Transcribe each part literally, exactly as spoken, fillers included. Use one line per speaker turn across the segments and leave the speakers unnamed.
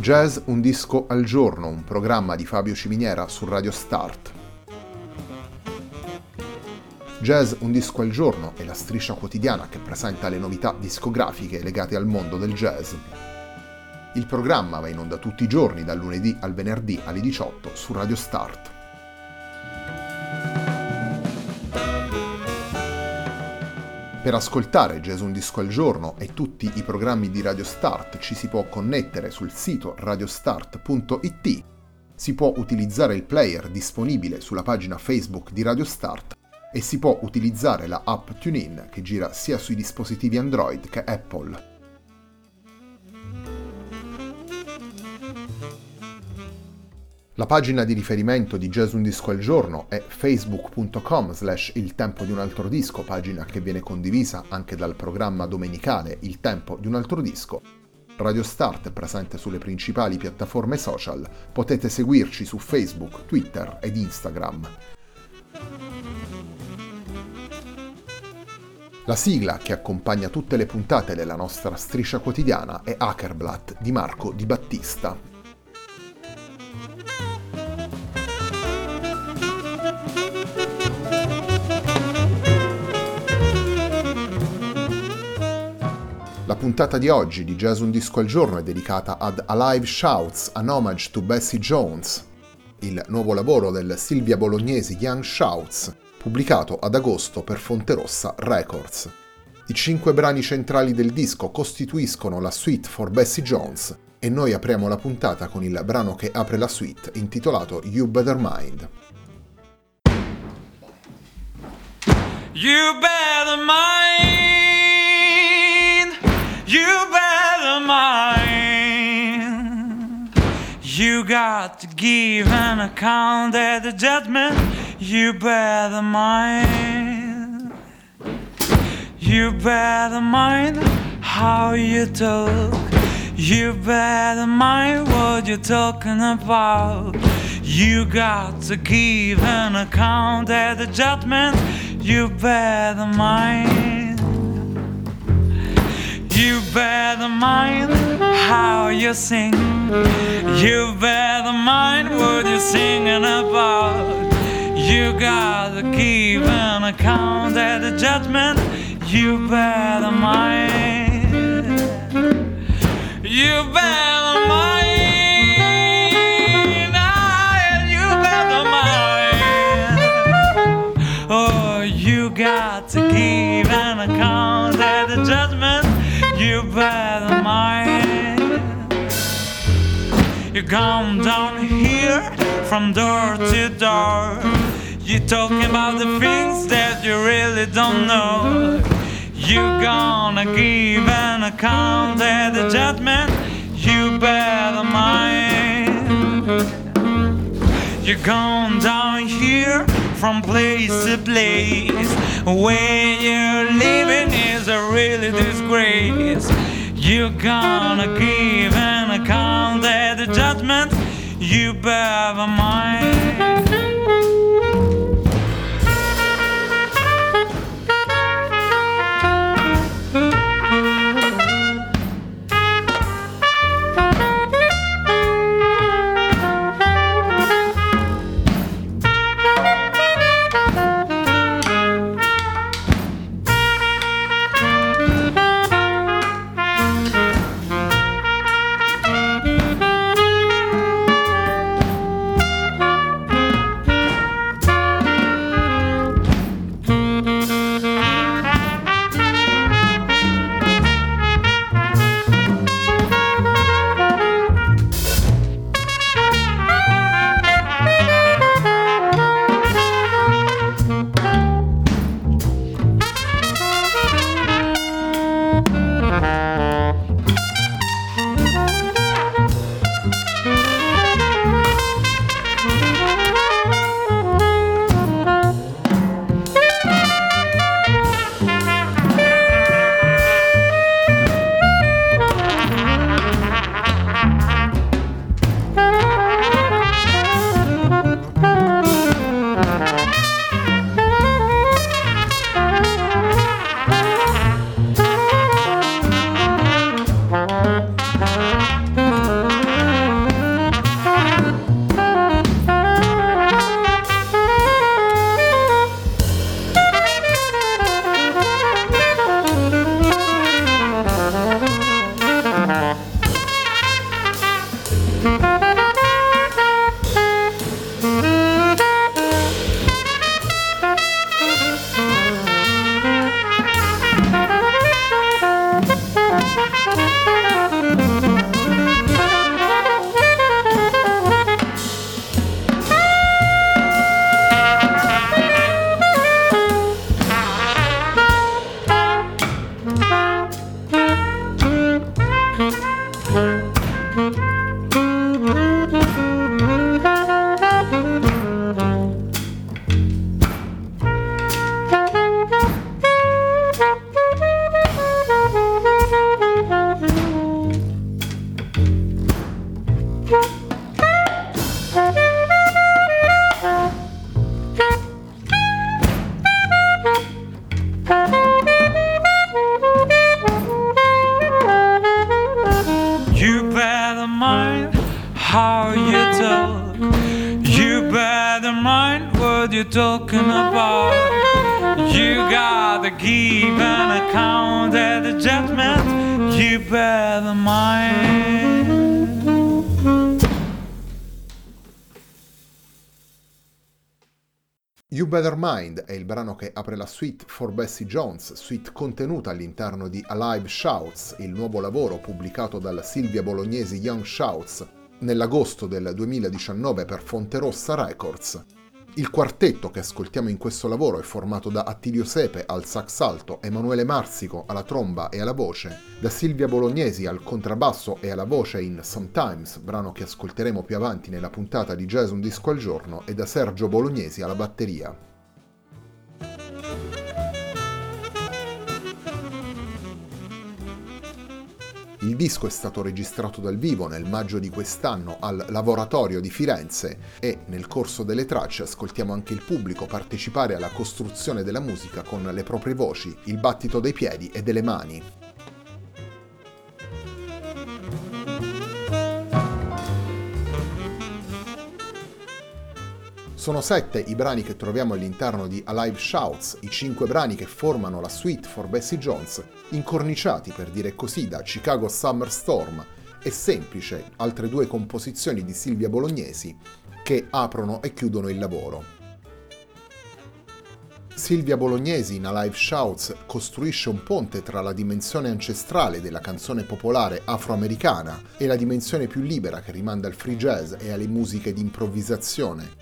Jazz un disco al giorno, un programma di Fabio Ciminiera su Radio Start. Jazz un disco al giorno è la striscia quotidiana che presenta le novità discografiche legate al mondo del jazz. Il programma va in onda tutti i giorni dal lunedì al venerdì alle diciotto su Radio Start. Per ascoltare Jazz un disco al giorno e tutti i programmi di Radio Start ci si può connettere sul sito radiostart punto it, si può utilizzare il player disponibile sulla pagina Facebook di Radio Start e si può utilizzare la app TuneIn che gira sia sui dispositivi Android che Apple. La pagina di riferimento di Jazz un disco al giorno è facebook punto com slash il tempo di un altro disco, pagina che viene condivisa anche dal programma domenicale Il tempo di un altro disco. Radio Start è presente sulle principali piattaforme social, potete seguirci su Facebook, Twitter ed Instagram. La sigla che accompagna tutte le puntate della nostra striscia quotidiana è Hackerblatt di Marco Di Battista. La puntata di oggi di Jazz un disco al giorno è dedicata ad Alive Shouts, an homage to Bessie Jones, il nuovo lavoro del Silvia Bolognesi Young Shouts, pubblicato ad agosto per Fonterossa Records. I cinque brani centrali del disco costituiscono la suite for Bessie Jones e noi apriamo la puntata con il brano che apre la suite, intitolato You Better Mind.
You better mind. You better mind. You got to give an account at the judgment. You better mind. You better mind how you talk. You better mind what you're talking about. You got to give an account at the judgment. You better mind. You better mind how you sing. You better mind what you're singing about. You gotta give an account at the judgment. You better mind. You better mind. Ah, you better mind. Oh, you got to give an account at the judgment. You better mind. You come down here from door to door. You talking about the things that you really don't know. You gonna give an account at the judgment. You better mind. You come down here from place to place. Where you're living is a really disgrace. You're gonna give an account at the judgment. You better mind. You better mind how you talk. You better mind what you're talking about. You gotta give an account at the judgment. You better mind.
You Better Mind è il brano che apre la suite For Bessie Jones, suite contenuta all'interno di Alive Shouts, il nuovo lavoro pubblicato dalla Silvia Bolognesi Young Shouts nell'agosto del duemiladiciannove per Fonterossa Records. Il quartetto che ascoltiamo in questo lavoro è formato da Attilio Sepe al sax alto, Emanuele Marsico alla tromba e alla voce, da Silvia Bolognesi al contrabbasso e alla voce in Sometimes, brano che ascolteremo più avanti nella puntata di Jazz Un Disco al Giorno, e da Sergio Bolognesi alla batteria. Il disco è stato registrato dal vivo nel maggio di quest'anno al Lavoratorio di Firenze e nel corso delle tracce ascoltiamo anche il pubblico partecipare alla costruzione della musica con le proprie voci, il battito dei piedi e delle mani. Sono sette i brani che troviamo all'interno di Alive Shouts, i cinque brani che formano la suite For Bessie Jones, incorniciati per dire così da Chicago Summer Storm e Semplice, altre due composizioni di Silvia Bolognesi che aprono e chiudono il lavoro. Silvia Bolognesi in Alive Shouts costruisce un ponte tra la dimensione ancestrale della canzone popolare afroamericana e la dimensione più libera che rimanda al free jazz e alle musiche di improvvisazione.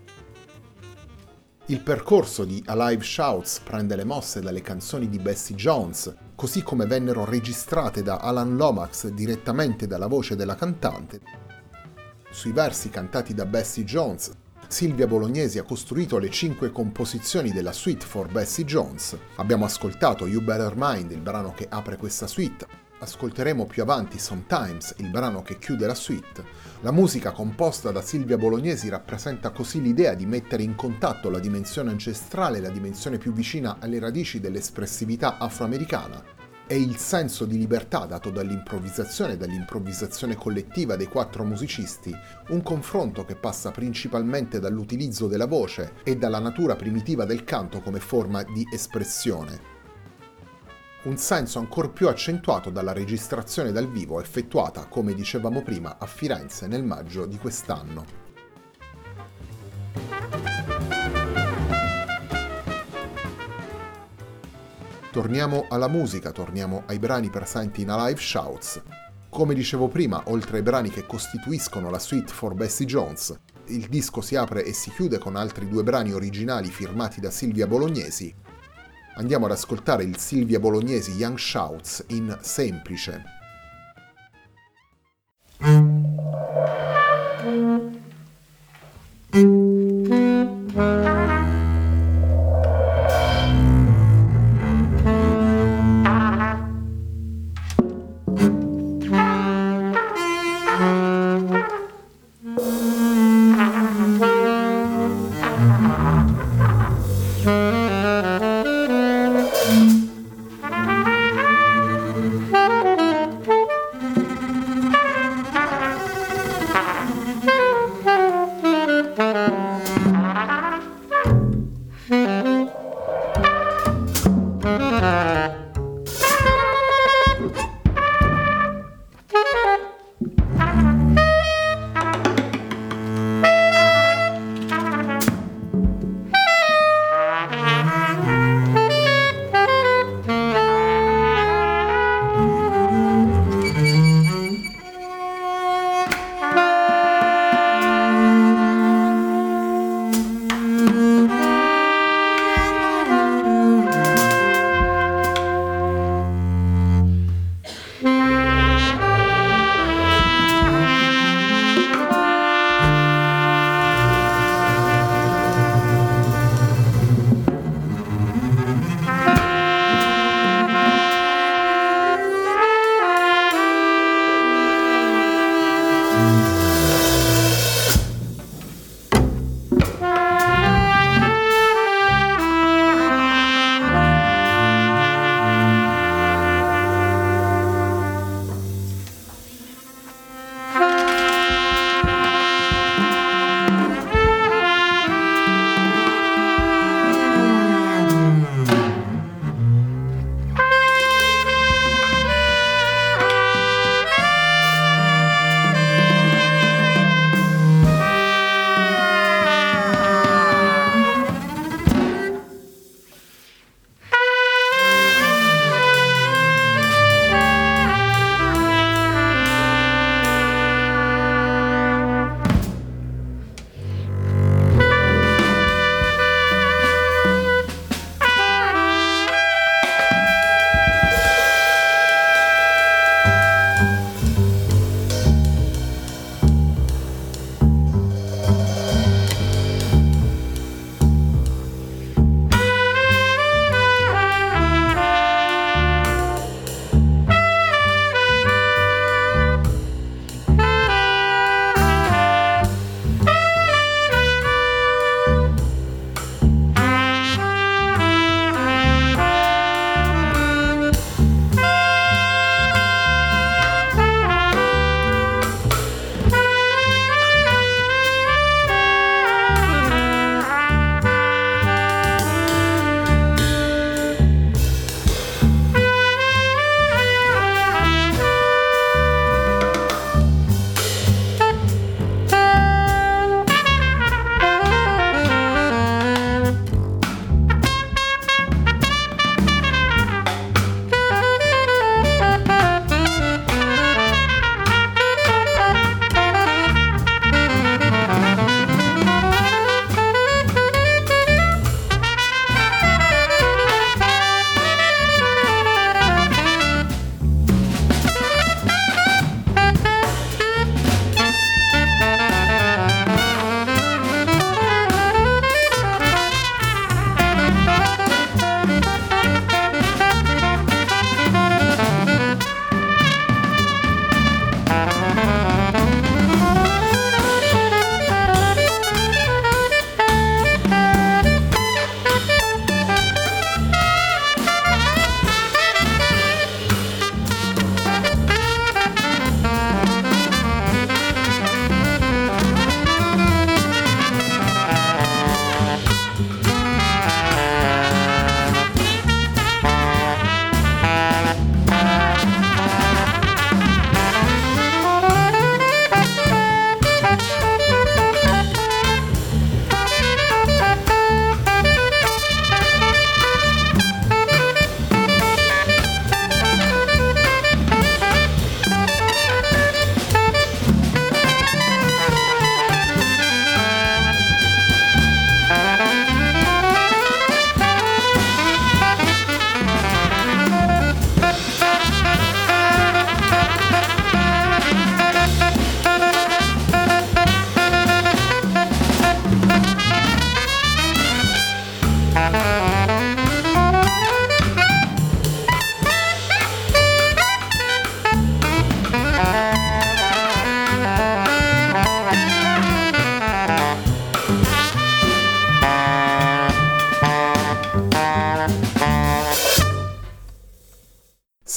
Il percorso di Alive Shouts prende le mosse dalle canzoni di Bessie Jones, così come vennero registrate da Alan Lomax direttamente dalla voce della cantante. Sui versi cantati da Bessie Jones, Silvia Bolognesi ha costruito le cinque composizioni della suite For Bessie Jones. Abbiamo ascoltato You Better Mind, il brano che apre questa suite. Ascolteremo più avanti Sometimes, il brano che chiude la suite. La musica composta da Silvia Bolognesi rappresenta così l'idea di mettere in contatto la dimensione ancestrale e la dimensione più vicina alle radici dell'espressività afroamericana e il senso di libertà dato dall'improvvisazione e dall'improvvisazione collettiva dei quattro musicisti, un confronto che passa principalmente dall'utilizzo della voce e dalla natura primitiva del canto come forma di espressione. Un senso ancor più accentuato dalla registrazione dal vivo effettuata, come dicevamo prima, a Firenze nel maggio di quest'anno. Torniamo alla musica, torniamo ai brani presenti in Alive Shouts. Come dicevo prima, oltre ai brani che costituiscono la suite For Bessie Jones, il disco si apre e si chiude con altri due brani originali firmati da Silvia Bolognesi. Andiamo ad ascoltare il Silvia Bolognesi Young Shouts in Semplice.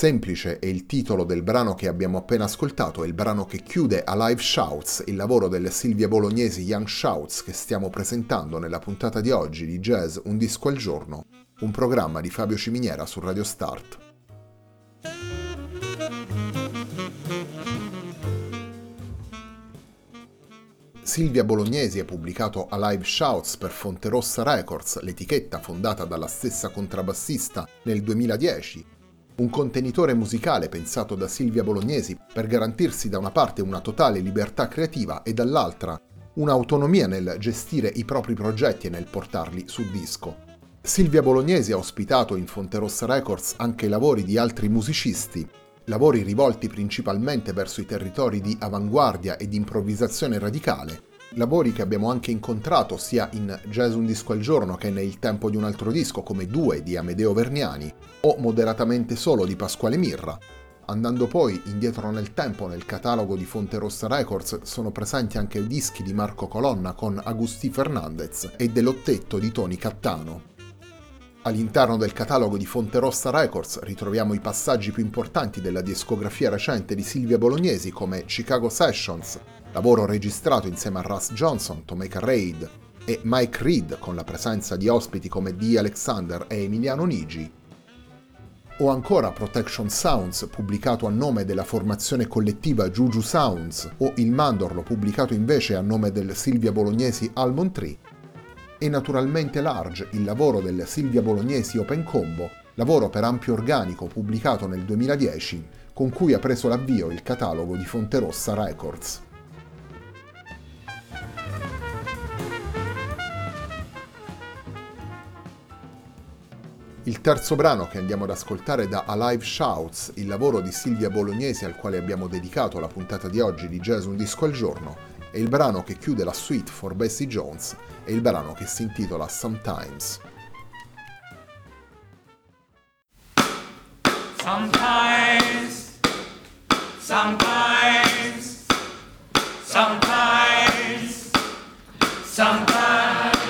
Semplice è il titolo del brano che abbiamo appena ascoltato, è il brano che chiude Alive Shouts, il lavoro delle Silvia Bolognesi Young Shouts che stiamo presentando nella puntata di oggi di Jazz Un Disco al Giorno, un programma di Fabio Ciminiera su Radio Start. Silvia Bolognesi ha pubblicato Alive Shouts per Fonterossa Records, l'etichetta fondata dalla stessa contrabbassista nel duemiladieci, un contenitore musicale pensato da Silvia Bolognesi per garantirsi da una parte una totale libertà creativa e dall'altra un'autonomia nel gestire i propri progetti e nel portarli su disco. Silvia Bolognesi ha ospitato in Fonterossa Records anche i lavori di altri musicisti, lavori rivolti principalmente verso i territori di avanguardia e di improvvisazione radicale, lavori che abbiamo anche incontrato sia in Jazz Un Disco al Giorno che nel Tempo di un altro disco come Due di Amedeo Verniani o Moderatamente Solo di Pasquale Mirra. Andando poi indietro nel tempo nel catalogo di Fonterossa Records sono presenti anche dischi di Marco Colonna con Agustí Fernandez e Dell'Ottetto di Tony Cattano. All'interno del catalogo di Fonterossa Records ritroviamo i passaggi più importanti della discografia recente di Silvia Bolognesi come Chicago Sessions, lavoro registrato insieme a Russ Johnson, Tomeka Reid e Mike Reed con la presenza di ospiti come Dee Alexander e Emiliano Nigi, o ancora Protection Sounds pubblicato a nome della formazione collettiva Juju Sounds o Il Mandorlo pubblicato invece a nome del Silvia Bolognesi Almond Tree, e naturalmente Large, il lavoro del Silvia Bolognesi Open Combo, lavoro per ampio organico pubblicato nel duemiladieci, con cui ha preso l'avvio il catalogo di Fonterossa Records. Il terzo brano che andiamo ad ascoltare da Alive Shouts, il lavoro di Silvia Bolognesi al quale abbiamo dedicato la puntata di oggi di Jazz Un Disco al Giorno, è il brano che chiude la suite for Bessie Jones, è il brano che si intitola Sometimes.
Sometimes, sometimes, sometimes, sometimes.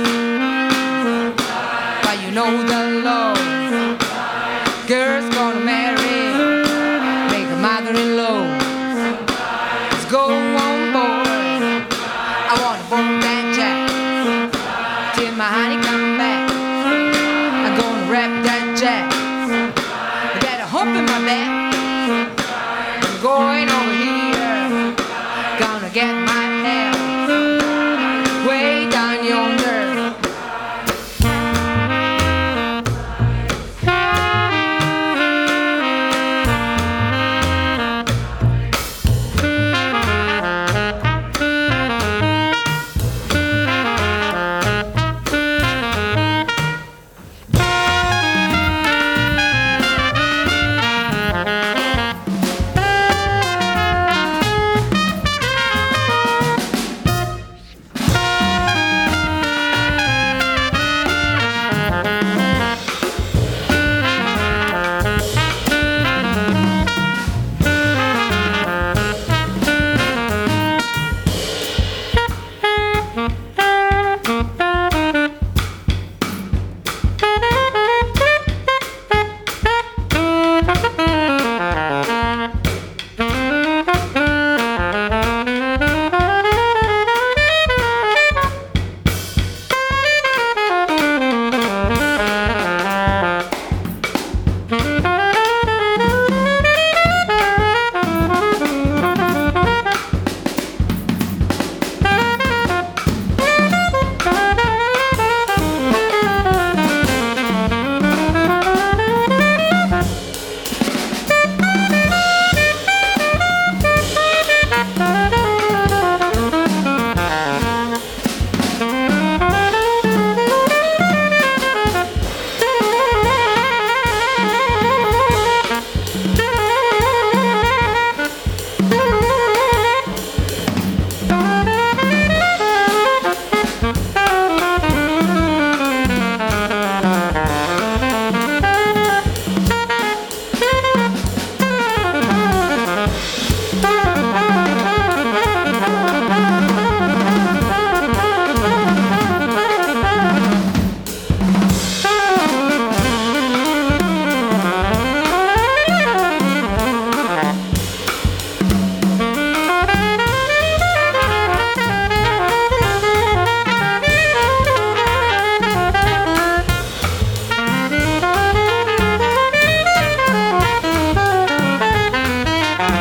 But you know the law. Girl's gonna marry, make a mother-in-law. Let's go on board. I wanna board that jack till my honey come back. I'm gonna wrap that jack. I got a hump in my back. I'm going over here. Gonna get my hair way down yonder.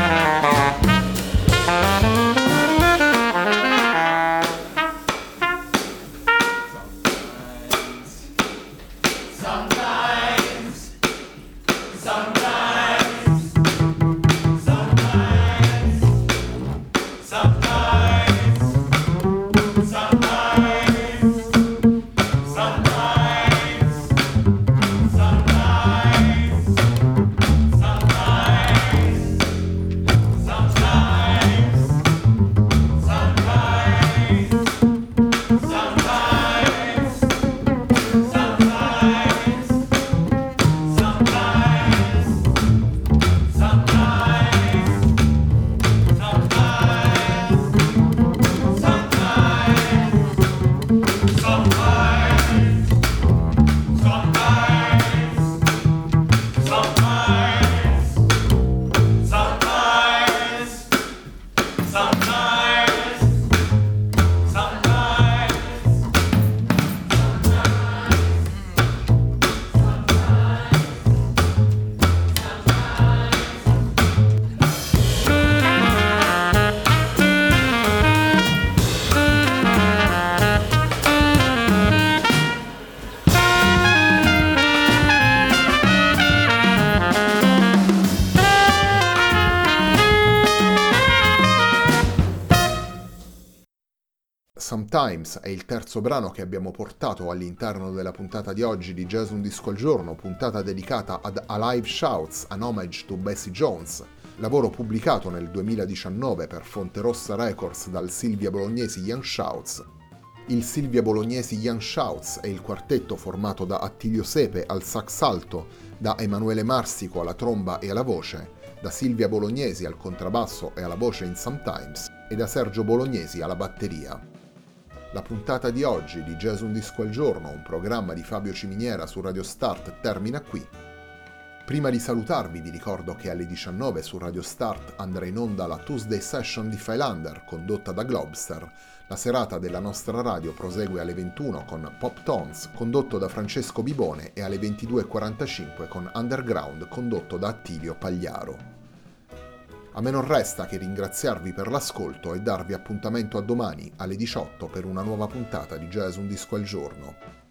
Sometimes è il terzo brano che abbiamo portato all'interno della puntata di oggi di Jazz Un Disco al Giorno, puntata dedicata ad Alive Shouts, an homage to Bessie Jones, lavoro pubblicato nel duemiladiciannove per Fonte Rossa Records dal Silvia Bolognesi Young Shouts. Il Silvia Bolognesi Young Shouts è il quartetto formato da Attilio Sepe al sax alto, da Emanuele Marsico alla tromba e alla voce, da Silvia Bolognesi al contrabbasso e alla voce in Sometimes e da Sergio Bolognesi alla batteria. La puntata di oggi di Jazz Un Disco al Giorno, un programma di Fabio Ciminiera su Radio Start, termina qui. Prima di salutarvi vi ricordo che alle diciannove su Radio Start andrà in onda la Tuesday Session di Phylander condotta da Globster. La serata della nostra radio prosegue alle ventuno con Pop Tones condotto da Francesco Bibone e alle ventidue e quarantacinque con Underground condotto da Attilio Pagliaro. A me non resta che ringraziarvi per l'ascolto e darvi appuntamento a domani alle diciotto per una nuova puntata di Jazz Un Disco al Giorno.